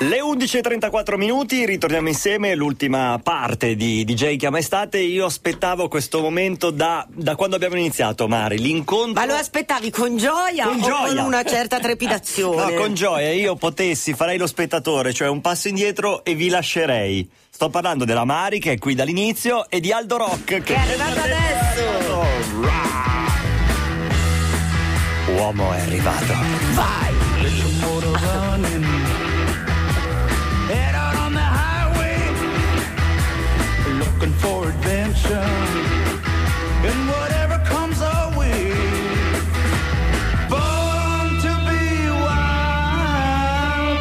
Le 11:34, ritorniamo insieme, l'ultima parte di DJ Chiama Estate. Io aspettavo questo momento da quando abbiamo iniziato, Mari, l'incontro. Ma lo aspettavi con gioia o con una certa trepidazione? No, con gioia. Io potessi, farei lo spettatore, cioè un passo indietro e vi lascerei. Sto parlando della Mari, che è qui dall'inizio, e di Aldo Rock, che è arrivato adesso. Uomo è arrivato. Vai! Head out on the highway, looking for adventure, and whatever comes our way. Born to be wild.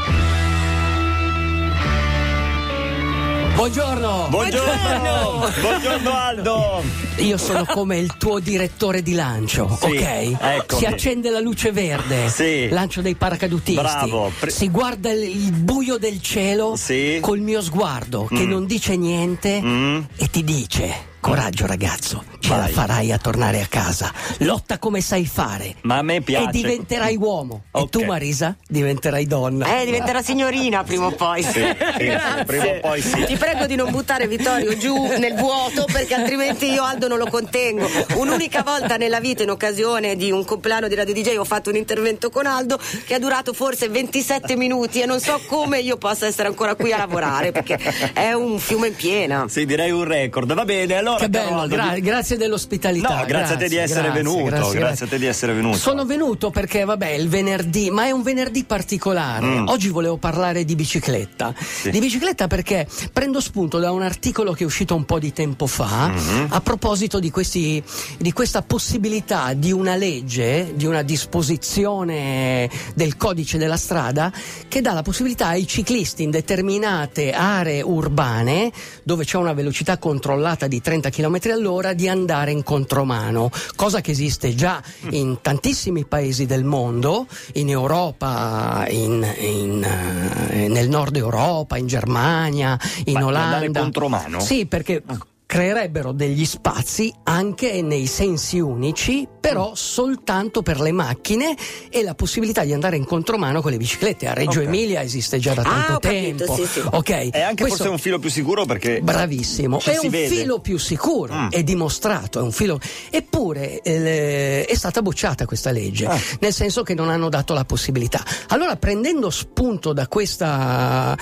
Buongiorno! Buongiorno Aldo! Io sono come il tuo direttore di lancio, sì, ok? Eccomi. Si accende la luce verde, sì. Lancio dei paracadutisti. Bravo. Si guarda il buio del cielo, sì. Col mio sguardo che non dice niente e ti dice: coraggio ragazzo, ce la farai a tornare a casa. Lotta come sai fare. Ma a me piace. E diventerai uomo. Okay. E tu, Marisa, diventerai donna. Diventerà signorina prima o poi. Sì, prima o poi sì. Ti prego di non buttare Vittorio giù nel vuoto, perché altrimenti io Aldo non lo contengo. Un'unica volta nella vita, in occasione di un compleanno di Radio DJ, ho fatto un intervento con Aldo che ha durato forse 27 minuti e non so come io possa essere ancora qui a lavorare, perché è un fiume in piena. Sì, direi un record. Va bene, allora. Che bello, Aldo, grazie dell'ospitalità. No, grazie a te di essere venuto. Grazie a te di essere venuto. Sono venuto perché, vabbè, il venerdì, ma è un venerdì particolare. Oggi volevo parlare di bicicletta. Sì. Di bicicletta perché prendo spunto da un articolo che è uscito un po' di tempo fa a proposito di questa possibilità di una legge, di una disposizione del codice della strada che dà la possibilità ai ciclisti in determinate aree urbane dove c'è una velocità controllata di 30 km all'ora di andare in contromano, cosa che esiste già in tantissimi paesi del mondo, in Europa, nel nord Europa, in Germania, in Olanda. Andare contromano? Sì, perché creerebbero degli spazi anche nei sensi unici, però soltanto per le macchine, e la possibilità di andare in contromano con le biciclette. A Reggio Emilia esiste già da tanto tempo. Capito, sì. Ok. È anche forse un filo più sicuro, perché bravissimo, è un vede. filo più sicuro, è dimostrato, è un filo. Eppure è stata bocciata questa legge, nel senso che non hanno dato la possibilità. Allora, prendendo spunto da questo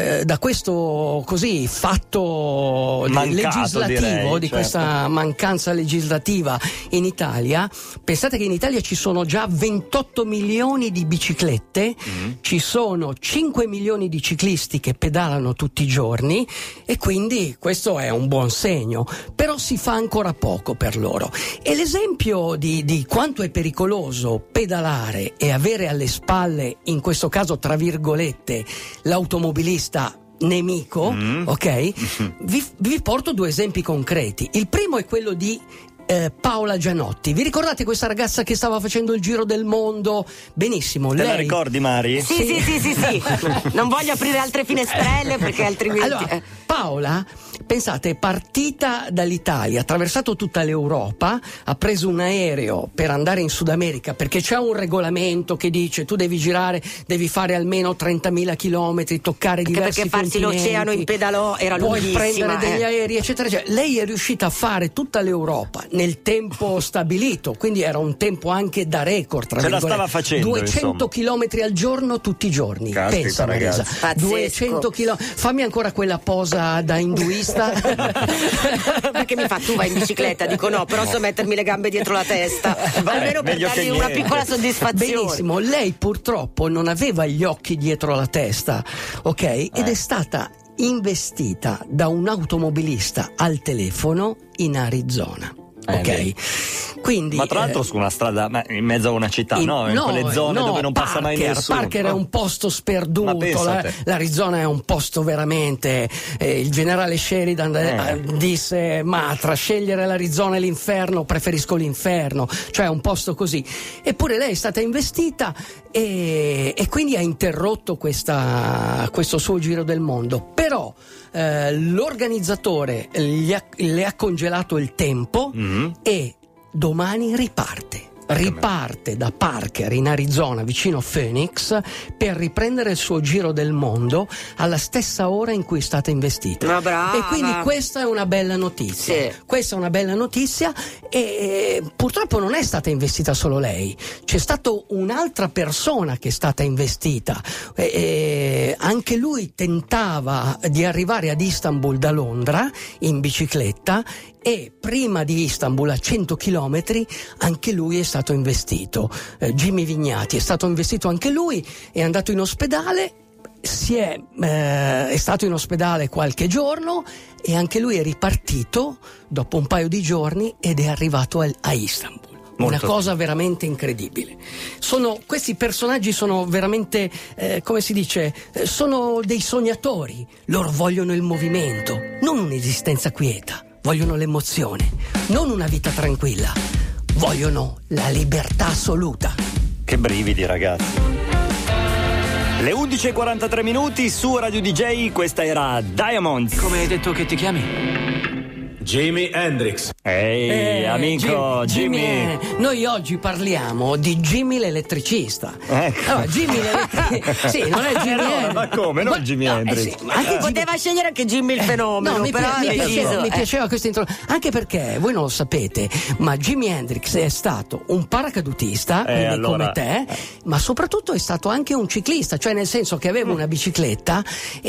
così fatto legislativo, direi, di certo. questa mancanza legislativa in Italia, pensate che in Italia ci sono già 28 milioni di biciclette, ci sono 5 milioni di ciclisti che pedalano tutti i giorni, e quindi questo è un buon segno, però si fa ancora poco per loro. E l'esempio di quanto è pericoloso pedalare e avere alle spalle, in questo caso tra virgolette, l'automobilista nemico, ok? Vi porto due esempi concreti. Il primo è quello di Paola Gianotti. Vi ricordate questa ragazza che stava facendo il giro del mondo? Benissimo. Te lei... la ricordi, Mari? Sì. Non voglio aprire altre finestrelle perché altrimenti. Allora, Paola, pensate, è partita dall'Italia, ha attraversato tutta l'Europa, ha preso un aereo per andare in Sud America, perché c'è un regolamento che dice tu devi girare, devi fare almeno 30.000 chilometri, toccare diversi perché farsi continenti, l'oceano in pedalò era puoi lunghissima. prendere degli aerei, eccetera, eccetera. Lei è riuscita a fare tutta l'Europa nel tempo stabilito, quindi era un tempo anche da record, tra Ce la virgolette. stava facendo, 200 chilometri al giorno tutti i giorni. Caspita, Pensa, ragazzi. Marisa, 200 chilometri. Fammi ancora quella posa da induista. Perché mi fa, tu vai in bicicletta? Dico no, però so mettermi le gambe dietro la testa, almeno per meglio dargli che una niente. piccola soddisfazione. Benissimo, lei purtroppo non aveva gli occhi dietro la testa, ok? Ed è stata investita da un automobilista al telefono in Arizona. Ok, quindi ma tra l'altro su una strada, ma in mezzo a una città, in quelle zone dove non passa mai nessuno. Parker è un posto sperduto, l'Arizona è un posto veramente. Il generale Sheridan disse: ma tra scegliere l'Arizona e l'inferno preferisco l'inferno, cioè un posto così. Eppure lei è stata investita e quindi ha interrotto questo suo giro del mondo. Però l'organizzatore le ha congelato il tempo e domani riparte. riparte da Parker in Arizona vicino Phoenix per riprendere il suo giro del mondo alla stessa ora in cui è stata investita. Ma brava. E quindi questa è una bella notizia. Sì. Questa è una bella notizia e purtroppo non è stata investita solo lei, c'è stata un'altra persona che è stata investita. Anche lui tentava di arrivare ad Istanbul da Londra in bicicletta e prima di Istanbul, a 100 chilometri, anche lui è stato investito. Jimmy Vignati è stato investito anche lui, è andato in ospedale, è stato in ospedale qualche giorno e anche lui è ripartito dopo un paio di giorni ed è arrivato a Istanbul. Una cosa veramente incredibile. Questi personaggi sono veramente, come si dice, sono dei sognatori. Loro vogliono il movimento, non un'esistenza quieta. Vogliono l'emozione, non una vita tranquilla. Vogliono la libertà assoluta. Che brividi, ragazzi. Le 11:43 minuti su Radio DJ, questa era Diamonds. Come hai detto che ti chiami? Jimi Hendrix. Ehi, amico Jimmy. Noi oggi parliamo di Jimmy l'elettricista. Ecco. Allora, Jimmy l'elettricista. Sì, non è Jimmy Hendrix. Ma come? Non Jimi Hendrix. Sì, ma anche Poteva scegliere anche Jimmy il fenomeno, No, mi però piaceva questa introduzione, anche perché voi non lo sapete, ma Jimi Hendrix è stato un paracadutista, quindi allora, come te, ma soprattutto è stato anche un ciclista, cioè nel senso che aveva una bicicletta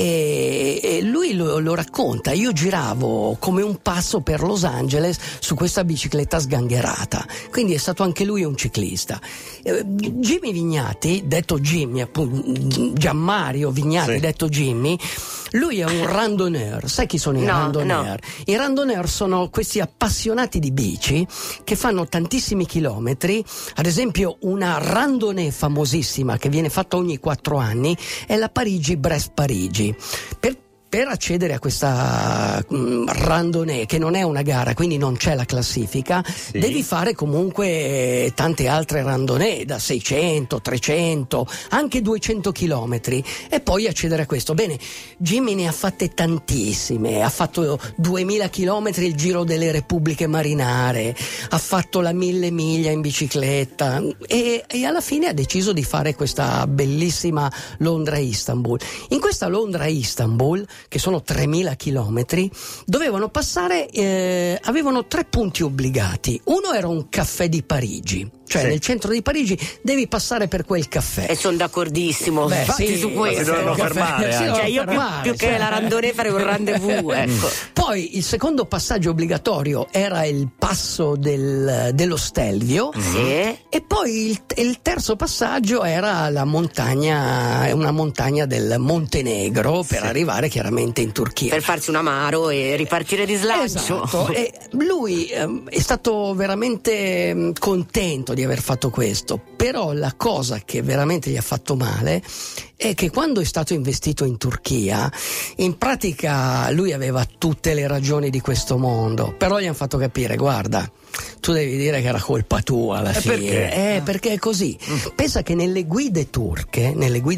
e lui lo racconta. Io giravo come un pazzo per Los Angeles su questa bicicletta sgangherata, quindi è stato anche lui un ciclista. Jimmy Vignati, detto Jimmy, appunto, Gianmario Vignati, sì, detto Jimmy, lui è un randonneur. Sai chi sono i randonneur? No. I randonneur sono questi appassionati di bici che fanno tantissimi chilometri. Ad esempio, una randonnée famosissima che viene fatta ogni 4 anni è la Parigi-Brest-Parigi. Per accedere a questa randonnée, che non è una gara, quindi non c'è la classifica, sì, devi fare comunque tante altre randonnée da 600, 300, anche 200 chilometri e poi accedere a questo. Bene, Jimmy ne ha fatte tantissime, ha fatto 2000 chilometri il giro delle Repubbliche Marinare, ha fatto la 1000 miglia in bicicletta e alla fine ha deciso di fare questa bellissima Londra-Istanbul. In questa Londra-Istanbul, che sono 3000 chilometri, dovevano passare, avevano 3 punti obbligati. Uno era un caffè di Parigi, cioè nel centro di Parigi devi passare per quel caffè. E sono d'accordissimo. Beh, infatti sì, su questo si dovevano fermare. Cioè io più che la randonnée farei un rendezvous. Ecco. Poi il secondo passaggio obbligatorio era il passo dello Stelvio, e poi il terzo passaggio era la montagna, una montagna del Montenegro, per arrivare chiaramente in Turchia. Per farsi un amaro e ripartire di slancio. Esatto. E lui è stato veramente contento di aver fatto questo, però la cosa che veramente gli ha fatto male è che quando è stato investito in Turchia, in pratica lui aveva tutte le ragioni di questo mondo, però gli hanno fatto capire: guarda, tu devi dire che era colpa tua alla fine. Perché è così. Pensa che nelle guide turche,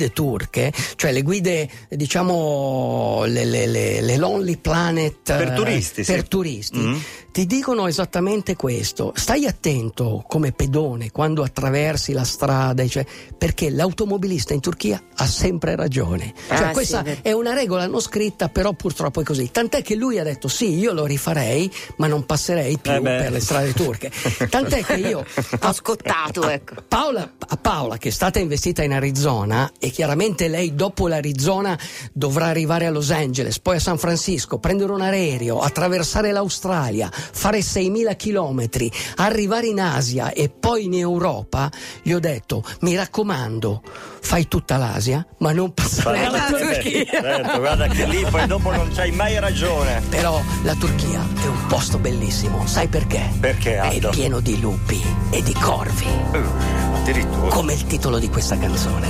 cioè le guide, diciamo, le Lonely Planet per turisti, per turisti, ti dicono esattamente questo: stai attento come pedone quando attraversi la strada, cioè, perché l'automobilista in Turchia ha sempre ragione. Cioè, questa è una regola non scritta, però purtroppo è così. Tant'è che lui ha detto: sì, io lo rifarei, ma non passerei più per le strade turche. Tant'è che io ho scottato, ecco. Paola, che è stata investita in Arizona, e chiaramente lei dopo l'Arizona dovrà arrivare a Los Angeles, poi a San Francisco, prendere un aereo, attraversare l'Australia, fare 6000 chilometri, arrivare in Asia e poi in Europa. Gli ho detto: mi raccomando, fai tutta l'Asia, ma non passare alla Turchia. Certo, guarda che lì poi dopo non c'hai mai ragione. Però la Turchia è un posto bellissimo, sai perché? Perché, Aldo? È pieno di lupi e di corvi. Addirittura. Come il titolo di questa canzone.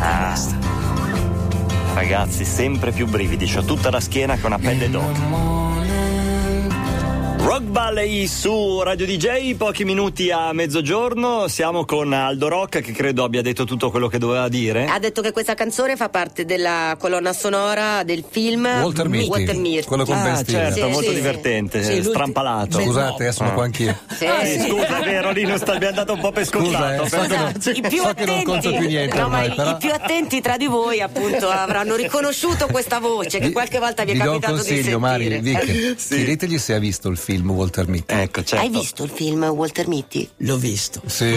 Ragazzi, sempre più brividi, c'ho tutta la schiena che una pelle d'oca. Rock Valley su Radio DJ, pochi minuti a mezzogiorno, siamo con Aldo Rock che credo abbia detto tutto quello che doveva dire. Ha detto che questa canzone fa parte della colonna sonora del film Walter Mitty, quello con Ben Stiller. Certo, molto divertente, Sì, strampalato. Scusate, sono qua anch'io. Scusa, è vero, Lino, abbiamo dato un po' per scontato. I più so che non conto più niente ormai, i però. più attenti tra di voi appunto avranno riconosciuto questa voce che qualche volta vi è capitato di sentire. Vi do un consiglio, Mari, Vic, chiedeteli se ha visto il film Walter Mitty. Ecco, certo. Hai visto il film Walter Mitty? L'ho visto. Sì.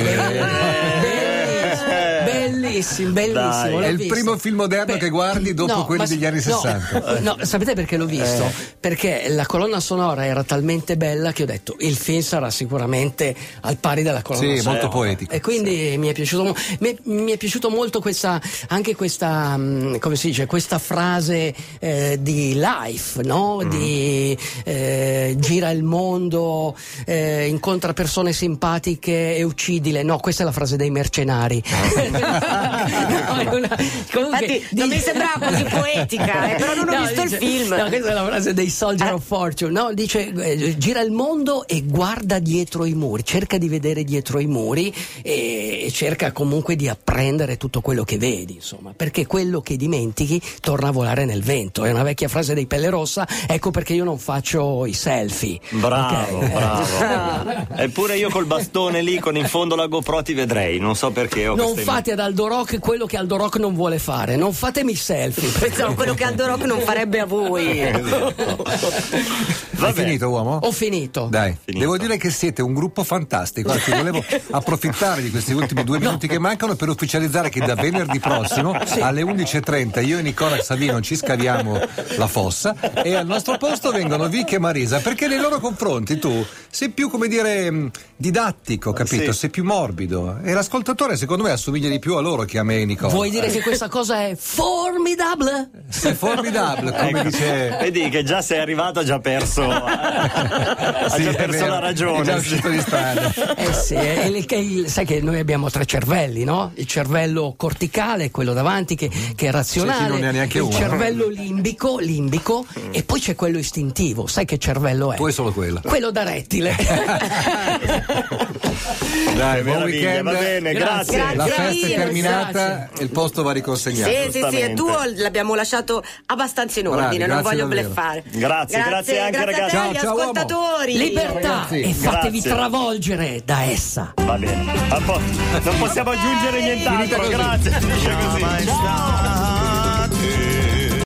Bellissimo, bellissimo. Dai. l'ho È il visto. primo film moderno che guardi dopo quelli degli anni 60. No, sapete perché l'ho visto? Perché la colonna sonora era talmente bella che ho detto il film sarà sicuramente al pari della colonna Sì, sonora. molto poetico. E quindi mi è piaciuto molto questa, anche questa, come si dice, questa frase di Life, no? Di gira il mondo, incontra persone simpatiche e uccidile. No, questa è la frase dei mercenari. Comunque, Infatti non mi sembrava così poetica, però non ho visto il film. No, questa è la frase dei Soldier of Fortune, no? Dice gira il mondo e guarda dietro i muri, cerca di vedere dietro i muri e cerca comunque di apprendere tutto quello che vedi, insomma, perché quello che dimentichi torna a volare nel vento. È una vecchia frase dei Pelle Rossa, ecco perché io non faccio i selfie. Bravo, Ok? bravo. Eppure io col bastone lì con in fondo la GoPro ti vedrei, non so perché ho Non queste- fate ad Aldo Rock quello che Aldo Rock non vuole fare, non fatemi selfie. Pensavo quello che Aldo Rock non farebbe a voi. Hai finito, uomo? Ho finito. Dai, Finito. devo dire che siete un gruppo fantastico. Anzi, volevo approfittare di questi ultimi 2 minuti che mancano per ufficializzare che da venerdì prossimo alle 11:30 io e Nicola Savino ci scaviamo la fossa e al nostro posto vengono Vic e Marisa, perché nei loro confronti tu sei più, come dire, didattico, capito? Sì. Sei più morbido e l'ascoltatore secondo me assomiglia di più a loro che a me e Nicola. Vuoi dire che questa cosa è formidable? Sei formidable, come Ecco, dice. vedi che già sei arrivato, ha già perso, ha Sì, già è perso vero, la ragione. è già uscito di strada. Sì, sai che noi abbiamo 3 cervelli, no? Il cervello corticale, quello davanti che è razionale, C'è chi non ne ha neanche il uno. cervello limbico, e poi c'è quello istintivo. Sai che cervello è? Tu hai solo quello. Quello da rettile. Dai, buon Meraviglia, weekend. va bene, grazie. Grazie. La festa è mille, terminata grazie. e il posto va riconsegnato. Sì, e tu l'abbiamo lasciato abbastanza in Bravi, ordine, non grazie voglio davvero. bleffare. Grazie anche, grazie ragazzi. a te, agli Ciao, uomo. ascoltatori. Libertà Ragazzi, e fatevi grazie. travolgere da essa. Va bene, non possiamo aggiungere Finita nient'altro, così. grazie. Finisce così. Started